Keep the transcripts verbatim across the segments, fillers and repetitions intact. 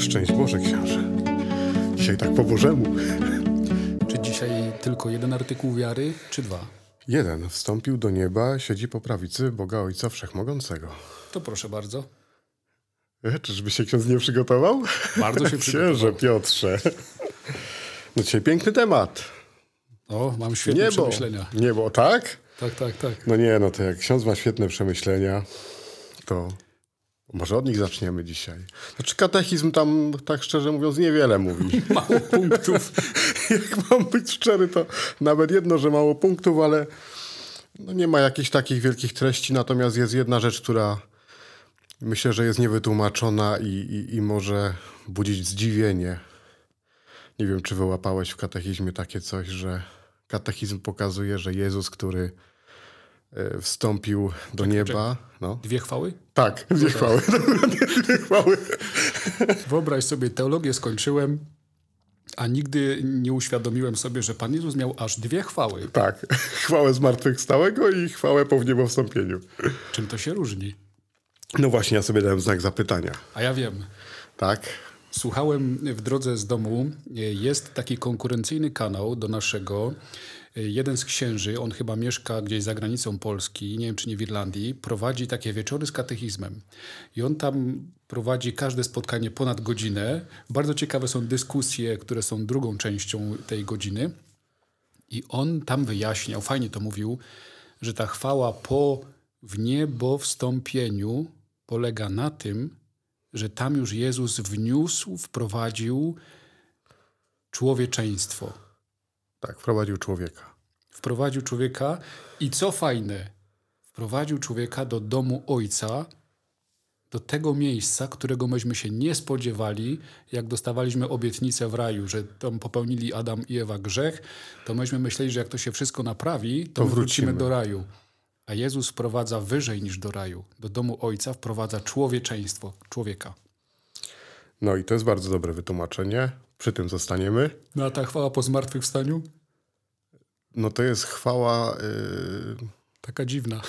Szczęść Boże, książę. Dzisiaj tak po Bożemu. Czy dzisiaj tylko jeden artykuł wiary, czy dwa? Jeden. Wstąpił do nieba, siedzi po prawicy Boga Ojca Wszechmogącego. To proszę bardzo. E, czyżby się ksiądz nie przygotował? Bardzo się przygotował. Księże Piotrze. No dzisiaj piękny temat. O, mam świetne Niebo. przemyślenia. Niebo, tak? Tak, tak, tak. No nie, no to jak ksiądz ma świetne przemyślenia, to może od nich zaczniemy dzisiaj. Znaczy katechizm tam, tak szczerze mówiąc, niewiele mówi. Mało punktów. Jak mam być szczery, to nawet jedno, że mało punktów, ale no nie ma jakichś takich wielkich treści. Natomiast jest jedna rzecz, która myślę, że jest niewytłumaczona i, i, i może budzić zdziwienie. Nie wiem, czy wyłapałeś w katechizmie takie coś, że katechizm pokazuje, że Jezus, który e, wstąpił do Czekaj, nieba... No. Dwie chwały? Tak, dwie chwały. Dwie chwały. Wyobraź sobie, teologię skończyłem, a nigdy nie uświadomiłem sobie, że Pan Jezus miał aż dwie chwały. Tak, chwałę zmartwychwstałego i chwałę po wniebowstąpieniu. Czym to się różni? No właśnie, ja sobie dałem znak zapytania. A ja wiem. Tak? Słuchałem w drodze z domu, jest taki konkurencyjny kanał do naszego. Jeden z księży, on chyba mieszka gdzieś za granicą Polski, nie wiem czy nie w Irlandii, prowadzi takie wieczory z katechizmem. I on tam prowadzi każde spotkanie ponad godzinę. Bardzo ciekawe są dyskusje, które są drugą częścią tej godziny. I on tam wyjaśniał, fajnie to mówił, że ta chwała po wniebowstąpieniu polega na tym, że tam już Jezus wniósł, wprowadził człowieczeństwo. Tak, wprowadził człowieka. Wprowadził człowieka i co fajne, wprowadził człowieka do domu Ojca, do tego miejsca, którego myśmy się nie spodziewali, jak dostawaliśmy obietnicę w raju, że tam popełnili Adam i Ewa grzech, to myśmy myśleli, że jak to się wszystko naprawi, to, To my wrócimy wrócimy do raju. A Jezus wprowadza wyżej niż do raju. Do domu Ojca wprowadza człowieczeństwo, człowieka. No i to jest bardzo dobre wytłumaczenie. Przy tym zostaniemy. No a ta chwała po zmartwychwstaniu? No to jest chwała... Yy... Taka dziwna.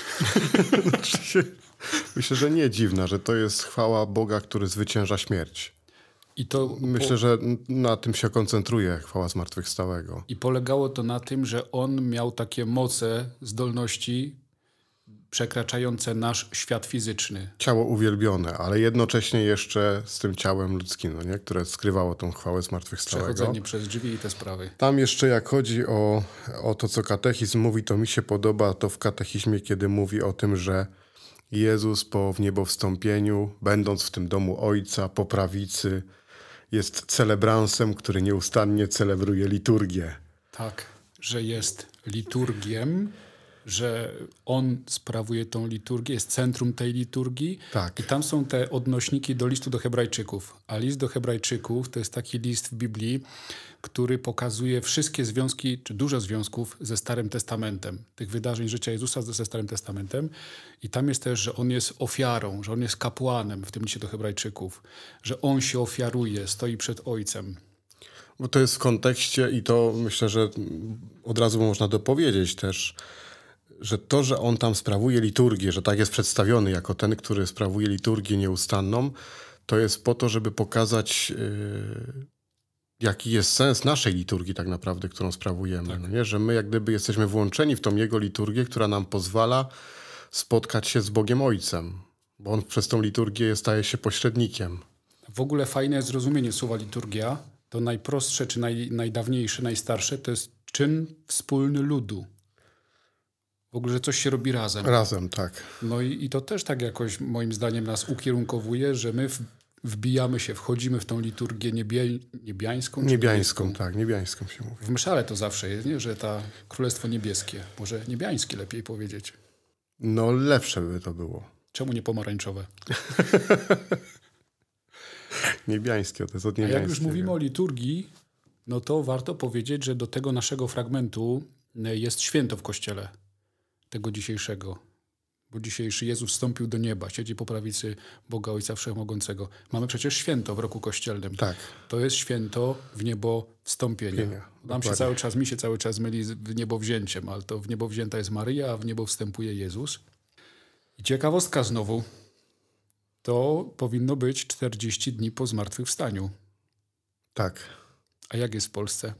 Myślę, że nie dziwna, że to jest chwała Boga, który zwycięża śmierć. I to Myślę, po... że na tym się koncentruje chwała zmartwychwstałego. I polegało to na tym, że on miał takie moce, zdolności przekraczające nasz świat fizyczny. Ciało uwielbione, ale jednocześnie jeszcze z tym ciałem ludzkim, no nie? Które skrywało tą chwałę zmartwychwstałego. Przechodzenie przez drzwi i te sprawy. Tam jeszcze jak chodzi o, o to, co katechizm mówi, to mi się podoba to w katechizmie, kiedy mówi o tym, że Jezus po wniebowstąpieniu, będąc w tym domu Ojca, po prawicy, jest celebransem, który nieustannie celebruje liturgię. Tak, że jest liturgiem, że on sprawuje tą liturgię, jest centrum tej liturgii. Tak. I tam są te odnośniki do listu do Hebrajczyków. A list do Hebrajczyków to jest taki list w Biblii, który pokazuje wszystkie związki, czy dużo związków ze Starym Testamentem. Tych wydarzeń życia Jezusa ze Starym Testamentem. I tam jest też, że on jest ofiarą, że on jest kapłanem w tym liście do Hebrajczyków. Że on się ofiaruje, stoi przed Ojcem. Bo to jest w kontekście i to myślę, że od razu można dopowiedzieć też, że to, że on tam sprawuje liturgię, że tak jest przedstawiony jako ten, który sprawuje liturgię nieustanną, to jest po to, żeby pokazać, yy, jaki jest sens naszej liturgii tak naprawdę, którą sprawujemy. Tak. No nie? Że my jak gdyby jesteśmy włączeni w tą jego liturgię, która nam pozwala spotkać się z Bogiem Ojcem, bo on przez tą liturgię staje się pośrednikiem. W ogóle fajne jest zrozumienie słowa liturgia. To najprostsze, czy naj, najdawniejsze, najstarsze, to jest czyn wspólny ludu. W ogóle, że coś się robi razem. Razem, tak. No i, i to też tak jakoś moim zdaniem nas ukierunkowuje, że my w, wbijamy się, wchodzimy w tą liturgię niebie, niebiańską. Niebiańską, niebieską? tak, niebiańską się mówi. W mszale to zawsze jest, nie? Że ta Królestwo Niebieskie. Może niebiańskie lepiej powiedzieć. No lepsze by to było. Czemu nie pomarańczowe? Niebiańskie, to jest od A niebiańskiego. jak już mówimy o liturgii, no to warto powiedzieć, że do tego naszego fragmentu jest święto w Kościele. Tego dzisiejszego. Bo dzisiejszy Jezus wstąpił do nieba, siedzi po prawicy Boga Ojca Wszechmogącego. Mamy przecież święto w roku kościelnym. Tak. To jest święto w niebo wstąpienia. Pienia, Nam się cały czas, mi się cały czas myli z w niebo wzięciem, ale to w niebo wzięta jest Maryja, a w niebo wstępuje Jezus. I ciekawostka znowu. to powinno być czterdzieści dni po zmartwychwstaniu. Tak. A jak jest w Polsce?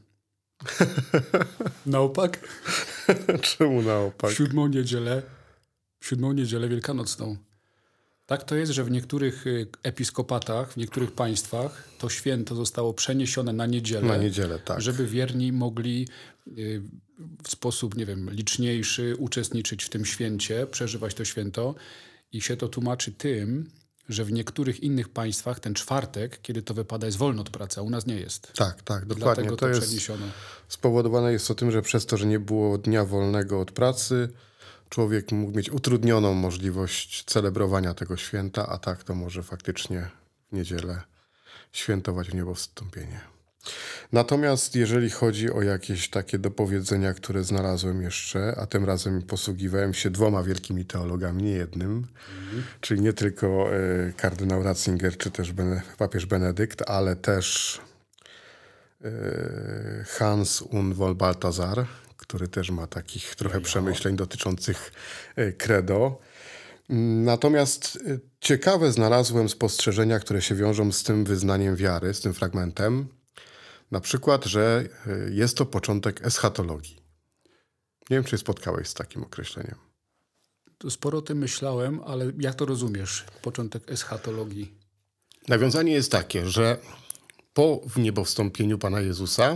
Na opak? Czemu na opak? W siódmą niedzielę, w siódmą niedzielę wielkanocną. Tak to jest, że w niektórych episkopatach, w niektórych państwach to święto zostało przeniesione na niedzielę. Na niedzielę, tak. Żeby wierni mogli w sposób, nie wiem, liczniejszy uczestniczyć w tym święcie, przeżywać to święto. I się to tłumaczy tym, że w niektórych innych państwach ten czwartek, kiedy to wypada, jest wolno od pracy, a u nas nie jest. Tak, tak, dokładnie. Dlatego to, to jest przeniesiono. Spowodowane jest to tym, że przez to, że nie było dnia wolnego od pracy, człowiek mógł mieć utrudnioną możliwość celebrowania tego święta, a tak to może faktycznie w niedzielę świętować niebowstąpienie. Natomiast jeżeli chodzi o jakieś takie dopowiedzenia, które znalazłem jeszcze, a tym razem posługiwałem się dwoma wielkimi teologami, nie jednym, mm. czyli nie tylko y, kardynał Ratzinger czy też Bene, papież Benedykt, ale też y, Hans Unwol Baltazar, który też ma takich trochę no, przemyśleń dotyczących y, credo. Natomiast y, ciekawe znalazłem spostrzeżenia, które się wiążą z tym wyznaniem wiary, z tym fragmentem. Na przykład, że jest to początek eschatologii. Nie wiem, czy spotkałeś z takim określeniem. To sporo o tym myślałem, ale jak to rozumiesz? Początek eschatologii. Nawiązanie jest takie, że po wniebowstąpieniu Pana Jezusa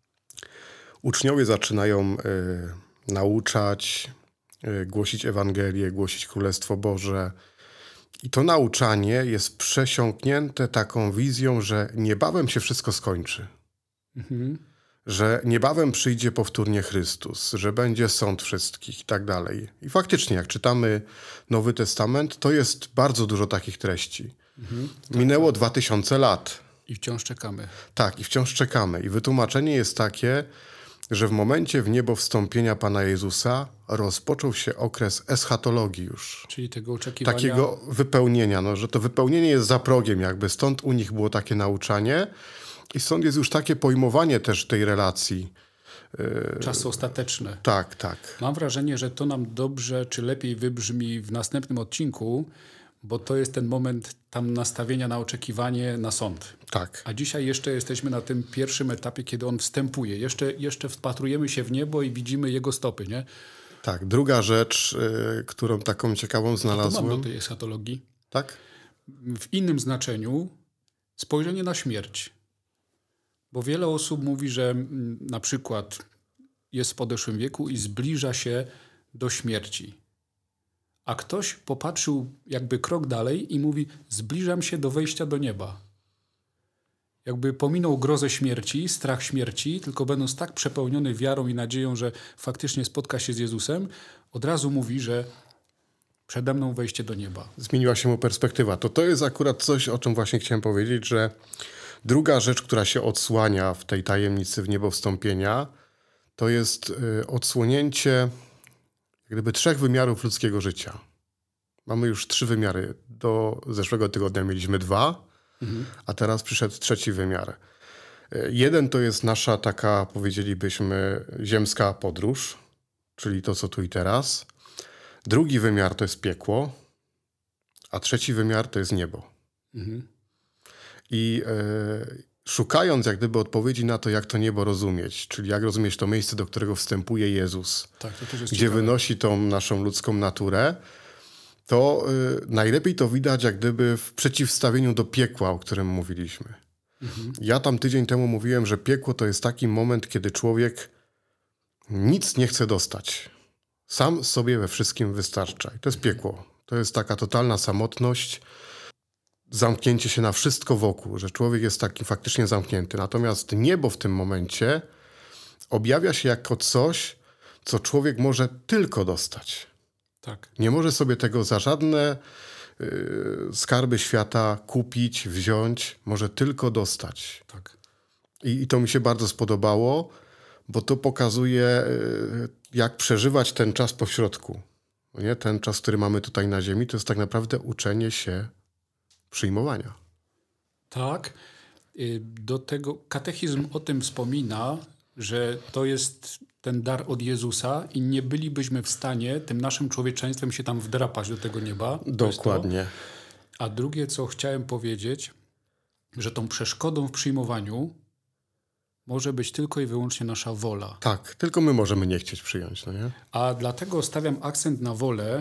uczniowie zaczynają y, nauczać, y, głosić Ewangelię, głosić Królestwo Boże. I to nauczanie jest przesiąknięte taką wizją, że niebawem się wszystko skończy. Mhm. Że niebawem przyjdzie powtórnie Chrystus, że będzie sąd wszystkich i tak dalej. I faktycznie, jak czytamy Nowy Testament, to jest bardzo dużo takich treści. Mhm. Minęło dwa tysiące lat. I wciąż czekamy. Tak, i wciąż czekamy. I wytłumaczenie jest takie, że w momencie wniebowstąpienia Pana Jezusa rozpoczął się okres eschatologii już. Czyli tego oczekiwania. Takiego wypełnienia, no, że to wypełnienie jest za progiem jakby. Stąd u nich było takie nauczanie i stąd jest już takie pojmowanie też tej relacji. Czasy ostateczne. Tak, tak. Mam wrażenie, że to nam dobrze czy lepiej wybrzmi w następnym odcinku, bo to jest ten moment tam nastawienia na oczekiwanie na sąd. Tak. A dzisiaj jeszcze jesteśmy na tym pierwszym etapie, kiedy on wstępuje. Jeszcze, jeszcze wpatrujemy się w niebo i widzimy jego stopy, nie? Tak. Druga rzecz, y, którą taką ciekawą znalazłem. To mam do tej eschatologii. Tak? W innym znaczeniu spojrzenie na śmierć. Bo wiele osób mówi, że m, na przykład jest w podeszłym wieku i zbliża się do śmierci. A ktoś popatrzył jakby krok dalej i mówi, zbliżam się do wejścia do nieba. Jakby pominął grozę śmierci, strach śmierci, tylko będąc tak przepełniony wiarą i nadzieją, że faktycznie spotka się z Jezusem, od razu mówi, że przede mną wejście do nieba. Zmieniła się mu perspektywa. To to jest akurat coś, o czym właśnie chciałem powiedzieć, że druga rzecz, która się odsłania w tej tajemnicy wniebowstąpienia, to jest y, odsłonięcie jak gdyby trzech wymiarów ludzkiego życia. Mamy już trzy wymiary. Do zeszłego tygodnia mieliśmy dwa, mhm. a teraz przyszedł trzeci wymiar. Jeden to jest nasza taka, powiedzielibyśmy, ziemska podróż, czyli to, co tu i teraz. Drugi wymiar to jest piekło, a trzeci wymiar to jest niebo. Mhm. I e, szukając jak gdyby odpowiedzi na to, jak to niebo rozumieć, czyli jak rozumieć to miejsce, do którego wstępuje Jezus, tak, to też jest gdzie ciekawe. Wynosi tą naszą ludzką naturę, to y, najlepiej to widać jak gdyby w przeciwstawieniu do piekła, o którym mówiliśmy. Mhm. Ja tam tydzień temu mówiłem, że piekło to jest taki moment, kiedy człowiek nic nie chce dostać. Sam sobie we wszystkim wystarcza. I to jest piekło. To jest taka totalna samotność, zamknięcie się na wszystko wokół, że człowiek jest taki faktycznie zamknięty. Natomiast niebo w tym momencie objawia się jako coś, co człowiek może tylko dostać. Tak. Nie może sobie tego za żadne y, skarby świata kupić, wziąć. Może tylko dostać. Tak. I, I to mi się bardzo spodobało, bo to pokazuje, y, jak przeżywać ten czas pośrodku. Nie? Ten czas, który mamy tutaj na ziemi, to jest tak naprawdę uczenie się przyjmowania. Tak. Do tego katechizm o tym wspomina, że to jest ten dar od Jezusa i nie bylibyśmy w stanie tym naszym człowieczeństwem się tam wdrapać do tego nieba. Dokładnie. A drugie, co chciałem powiedzieć, że tą przeszkodą w przyjmowaniu może być tylko i wyłącznie nasza wola. Tak, tylko my możemy nie chcieć przyjąć, no nie? A dlatego stawiam akcent na wolę,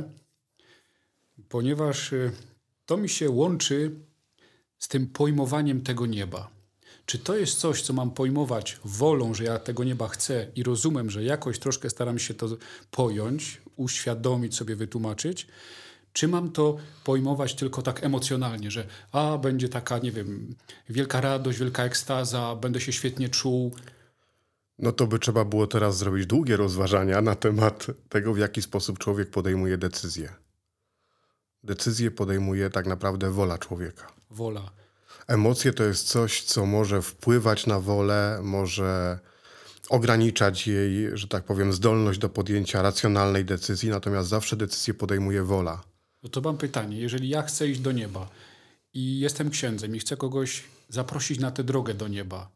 ponieważ to mi się łączy z tym pojmowaniem tego nieba. Czy to jest coś, co mam pojmować wolą, że ja tego nieba chcę i rozumiem, że jakoś troszkę staram się to pojąć, uświadomić sobie, wytłumaczyć, czy mam to pojmować tylko tak emocjonalnie, że a, będzie taka, nie wiem, wielka radość, wielka ekstaza, będę się świetnie czuł. No to by trzeba było teraz zrobić długie rozważania na temat tego, w jaki sposób człowiek podejmuje decyzje. Decyzje podejmuje tak naprawdę wola człowieka. Wola. Emocje to jest coś, co może wpływać na wolę, może ograniczać jej, że tak powiem, zdolność do podjęcia racjonalnej decyzji, natomiast zawsze decyzję podejmuje wola. No to mam pytanie, jeżeli ja chcę iść do nieba i jestem księdzem i chcę kogoś zaprosić na tę drogę do nieba,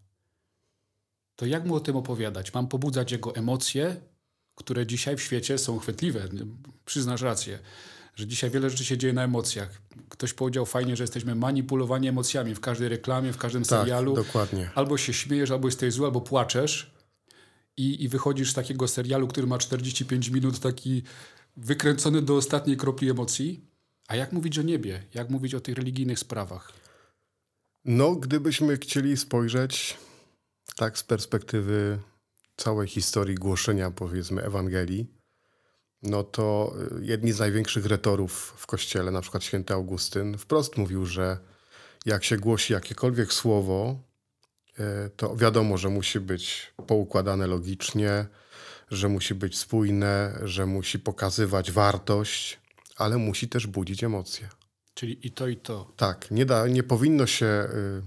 to jak mu o tym opowiadać? Mam pobudzać jego emocje, które dzisiaj w świecie są chwytliwe. Przyznasz rację, że dzisiaj wiele rzeczy się dzieje na emocjach. Ktoś powiedział fajnie, że jesteśmy manipulowani emocjami w każdej reklamie, w każdym Tak, serialu. dokładnie. Albo się śmiejesz, albo jesteś zły, albo płaczesz i, i wychodzisz z takiego serialu, który ma czterdzieści pięć minut, taki wykręcony do ostatniej kropli emocji. A jak mówić o niebie? Jak mówić o tych religijnych sprawach? No, gdybyśmy chcieli spojrzeć tak z perspektywy całej historii głoszenia, powiedzmy, Ewangelii, no to jedni z największych retorów w Kościele, na przykład święty Augustyn, wprost mówił, że jak się głosi jakiekolwiek słowo, to wiadomo, że musi być poukładane logicznie, że musi być spójne, że musi pokazywać wartość, ale musi też budzić emocje. Czyli i to, i to. Tak, nie, da, nie powinno się,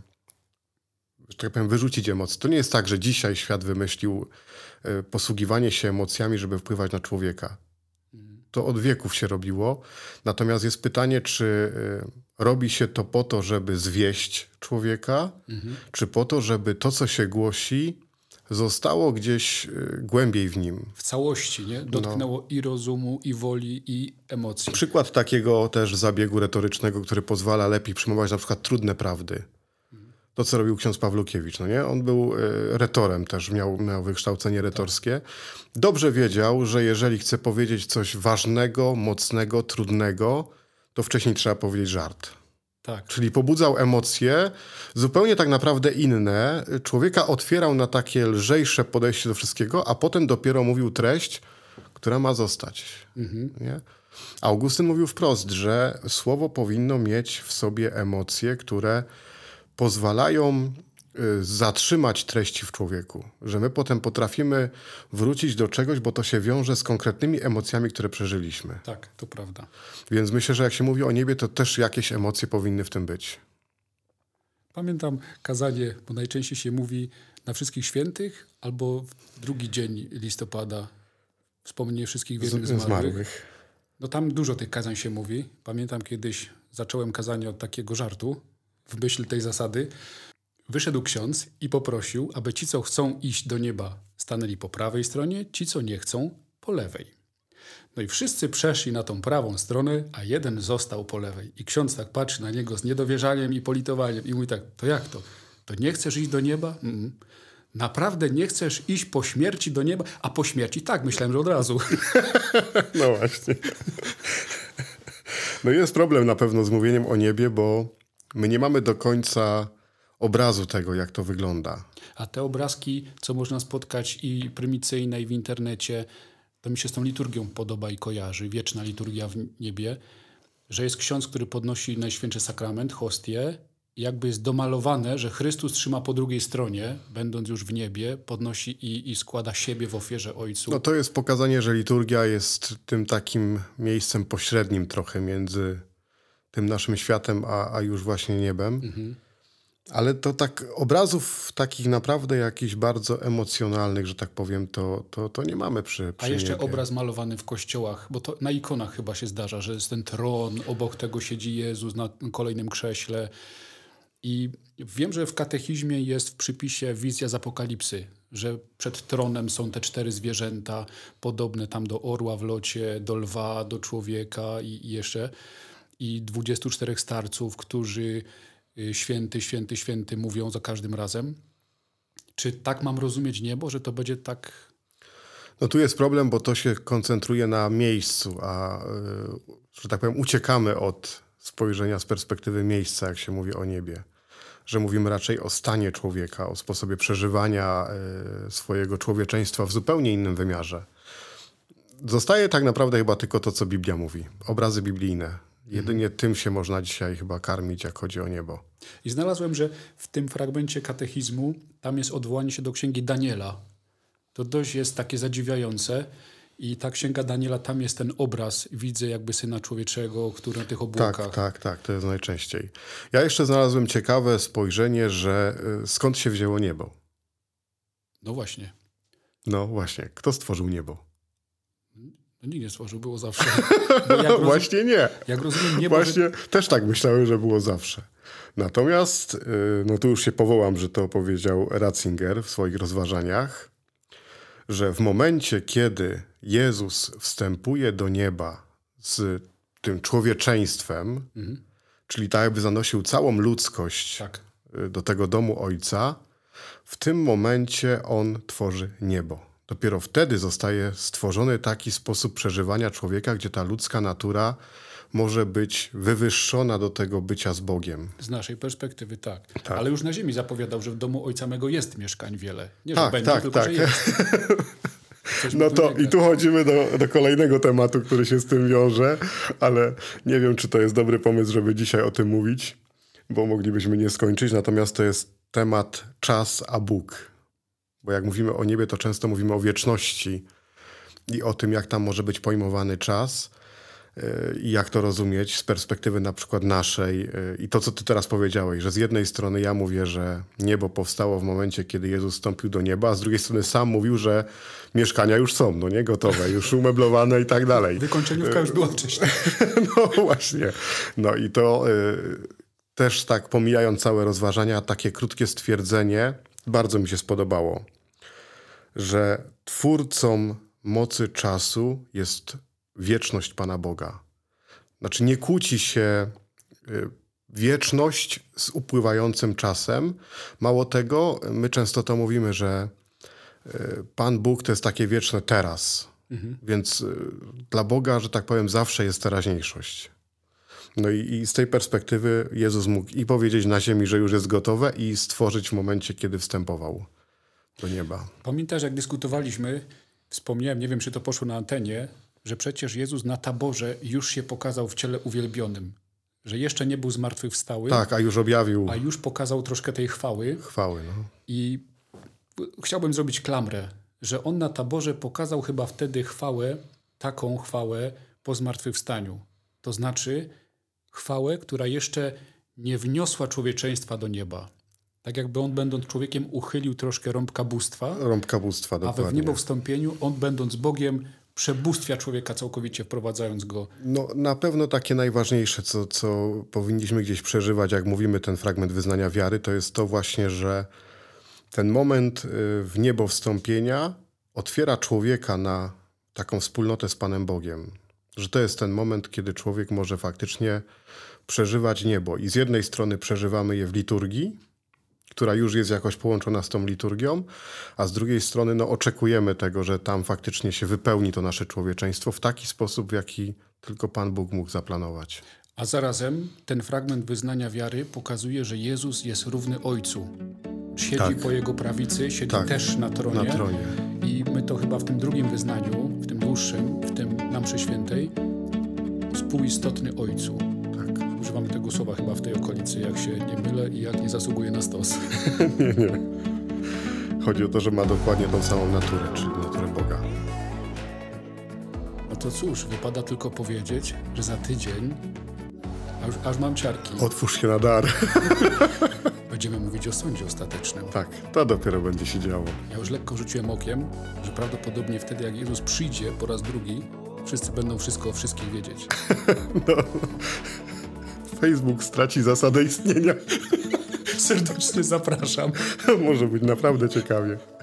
że tak powiem, wyrzucić emocji. To nie jest tak, że dzisiaj świat wymyślił posługiwanie się emocjami, żeby wpływać na człowieka. To od wieków się robiło. Natomiast jest pytanie, czy robi się to po to, żeby zwieść człowieka, mhm. czy po to, żeby to, co się głosi, zostało gdzieś głębiej w nim. W całości, nie? Dotknęło no. i rozumu, i woli, i emocji. Przykład takiego też zabiegu retorycznego, który pozwala lepiej przyjmować na przykład trudne prawdy. To, co robił ksiądz Pawlukiewicz, no nie? On był y, retorem też, miał, miał wykształcenie retorskie. Dobrze wiedział, że jeżeli chce powiedzieć coś ważnego, mocnego, trudnego, to wcześniej trzeba powiedzieć żart. Tak. Czyli pobudzał emocje zupełnie tak naprawdę inne. Człowieka otwierał na takie lżejsze podejście do wszystkiego, a potem dopiero mówił treść, która ma zostać. Mhm. Nie? Augustyn mówił wprost, że słowo powinno mieć w sobie emocje, które pozwalają y, zatrzymać treści w człowieku. Że my potem potrafimy wrócić do czegoś, bo to się wiąże z konkretnymi emocjami, które przeżyliśmy. Tak, to prawda. Więc myślę, że jak się mówi o niebie, to też jakieś emocje powinny w tym być. Pamiętam kazanie, bo najczęściej się mówi na Wszystkich Świętych albo w drugi dzień listopada. Wspomnienie wszystkich wiernych zmarłych. zmarłych. No tam dużo tych kazań się mówi. Pamiętam kiedyś zacząłem kazanie od takiego żartu, w myśl tej zasady. Wyszedł ksiądz i poprosił, aby ci, co chcą iść do nieba, stanęli po prawej stronie, ci, co nie chcą, po lewej. No i wszyscy przeszli na tą prawą stronę, a jeden został po lewej. I ksiądz tak patrzy na niego z niedowierzaniem i politowaniem i mówi tak, to jak to? To nie chcesz iść do nieba? Mm-mm. Naprawdę nie chcesz iść po śmierci do nieba? A po śmierci tak, myślałem, że od razu. No właśnie. No jest problem na pewno z mówieniem o niebie, bo my nie mamy do końca obrazu tego, jak to wygląda. A te obrazki, co można spotkać i prymicyjne, i w internecie, to mi się z tą liturgią podoba i kojarzy. Wieczna liturgia w niebie, że jest ksiądz, który podnosi Najświętszy Sakrament, hostię, i jakby jest domalowane, że Chrystus trzyma po drugiej stronie, będąc już w niebie, podnosi i, i składa siebie w ofierze Ojcu. No to jest pokazanie, że liturgia jest tym takim miejscem pośrednim trochę między tym naszym światem, a, a już właśnie niebem. Mhm. Ale to tak obrazów takich naprawdę jakichś bardzo emocjonalnych, że tak powiem, to, to, to nie mamy przy, przy A jeszcze niebie. obraz malowany w kościołach, bo to na ikonach chyba się zdarza, że jest ten tron, obok tego siedzi Jezus na kolejnym krześle. I wiem, że w katechizmie jest w przypisie wizja z Apokalipsy, że przed tronem są te cztery zwierzęta, podobne tam do orła w locie, do lwa, do człowieka i, i jeszcze... i dwudziestu czterech starców, którzy święty, święty, święty mówią za każdym razem? Czy tak mam rozumieć niebo, że to będzie tak... No tu jest problem, bo to się koncentruje na miejscu, a że tak powiem uciekamy od spojrzenia z perspektywy miejsca, jak się mówi o niebie. Że mówimy raczej o stanie człowieka, o sposobie przeżywania swojego człowieczeństwa w zupełnie innym wymiarze. Zostaje tak naprawdę chyba tylko to, co Biblia mówi. Obrazy biblijne. Jedynie mhm. tym się można dzisiaj chyba karmić, jak chodzi o niebo. I znalazłem, że w tym fragmencie katechizmu tam jest odwołanie się do księgi Daniela. To dość jest takie zadziwiające. I ta księga Daniela, tam jest ten obraz, widzę jakby Syna Człowieczego, który na tych obłokach. Tak, tak, tak, to jest najczęściej. Ja jeszcze znalazłem ciekawe spojrzenie, że y, skąd się wzięło niebo? No właśnie. No właśnie, kto stworzył niebo? No nikt nie stworzył, było zawsze. Jak rozum... Właśnie nie. Jak rozumiem, niebo... Właśnie że... też tak myślałem, że było zawsze. Natomiast, y, no tu już się powołam, że to powiedział Ratzinger w swoich rozważaniach, że w momencie, kiedy Jezus wstępuje do nieba z tym człowieczeństwem, mhm. czyli tak jakby zanosił całą ludzkość tak. do tego domu Ojca, w tym momencie On tworzy niebo. Dopiero wtedy zostaje stworzony taki sposób przeżywania człowieka, gdzie ta ludzka natura może być wywyższona do tego bycia z Bogiem. Z naszej perspektywy tak. tak. Ale już na ziemi zapowiadał, że w domu Ojca mego jest mieszkań wiele. Nie, tak, że będzie, tak, tylko tak. że jest. No to i tu chodzimy do, do kolejnego tematu, który się z tym wiąże, ale nie wiem, czy to jest dobry pomysł, żeby dzisiaj o tym mówić, bo moglibyśmy nie skończyć. Natomiast to jest temat czas a Bóg. Bo jak mówimy o niebie, to często mówimy o wieczności i o tym, jak tam może być pojmowany czas i jak to rozumieć z perspektywy na przykład naszej. I to, co ty teraz powiedziałeś, że z jednej strony ja mówię, że niebo powstało w momencie, kiedy Jezus wstąpił do nieba, a z drugiej strony sam mówił, że mieszkania już są, no nie, gotowe, już umeblowane i tak dalej. Wykończeniówka już była wcześniej. No właśnie. No i to y, też tak pomijając całe rozważania, takie krótkie stwierdzenie bardzo mi się spodobało, że twórcą mocy czasu jest wieczność Pana Boga. Znaczy nie kłóci się y, wieczność z upływającym czasem. Mało tego, my często to mówimy, że y, Pan Bóg to jest takie wieczne teraz. Mhm. Więc y, dla Boga, że tak powiem, zawsze jest teraźniejszość. No i, i z tej perspektywy Jezus mógł i powiedzieć na ziemi, że już jest gotowe i stworzyć w momencie, kiedy wstępował do nieba. Pamiętasz, jak dyskutowaliśmy, wspomniałem, nie wiem, czy to poszło na antenie, że przecież Jezus na taborze już się pokazał w ciele uwielbionym. Że jeszcze nie był zmartwychwstały. Tak, a już objawił. A już pokazał troszkę tej chwały. Chwały, no. I chciałbym zrobić klamrę, że on na taborze pokazał chyba wtedy chwałę, taką chwałę po zmartwychwstaniu. To znaczy chwałę, która jeszcze nie wniosła człowieczeństwa do nieba. Tak jakby on, będąc człowiekiem, uchylił troszkę rąbka bóstwa. Rąbka bóstwa, dokładnie. A we wniebowstąpieniu on, będąc Bogiem, przebóstwia człowieka całkowicie, wprowadzając go. No na pewno takie najważniejsze, co, co powinniśmy gdzieś przeżywać, jak mówimy ten fragment wyznania wiary, to jest to właśnie, że ten moment w niebo wstąpienia otwiera człowieka na taką wspólnotę z Panem Bogiem. Że to jest ten moment, kiedy człowiek może faktycznie przeżywać niebo. I z jednej strony przeżywamy je w liturgii, która już jest jakoś połączona z tą liturgią, a z drugiej strony no, oczekujemy tego, że tam faktycznie się wypełni to nasze człowieczeństwo w taki sposób, w jaki tylko Pan Bóg mógł zaplanować. A zarazem ten fragment wyznania wiary pokazuje, że Jezus jest równy Ojcu. Siedzi tak. po Jego prawicy, siedzi tak. też na tronie. na tronie. I my to chyba w tym drugim wyznaniu, w tym dłuższym, w tym na mszy świętej, współistotny Ojcu. Używamy tego słowa chyba w tej okolicy, jak się nie mylę i jak nie zasługuje na stos. nie, nie. Chodzi o to, że ma dokładnie tą samą naturę, czyli naturę Boga. No to cóż, wypada tylko powiedzieć, że za tydzień, aż, aż mam ciarki. Otwórz się na dar. Będziemy mówić o sądzie ostatecznym. Tak, to dopiero będzie się działo. Ja już lekko rzuciłem okiem, że prawdopodobnie wtedy, jak Jezus przyjdzie po raz drugi, wszyscy będą wszystko o wszystkich wiedzieć. no... Facebook straci zasadę istnienia. Serdecznie zapraszam. Może być naprawdę ciekawie.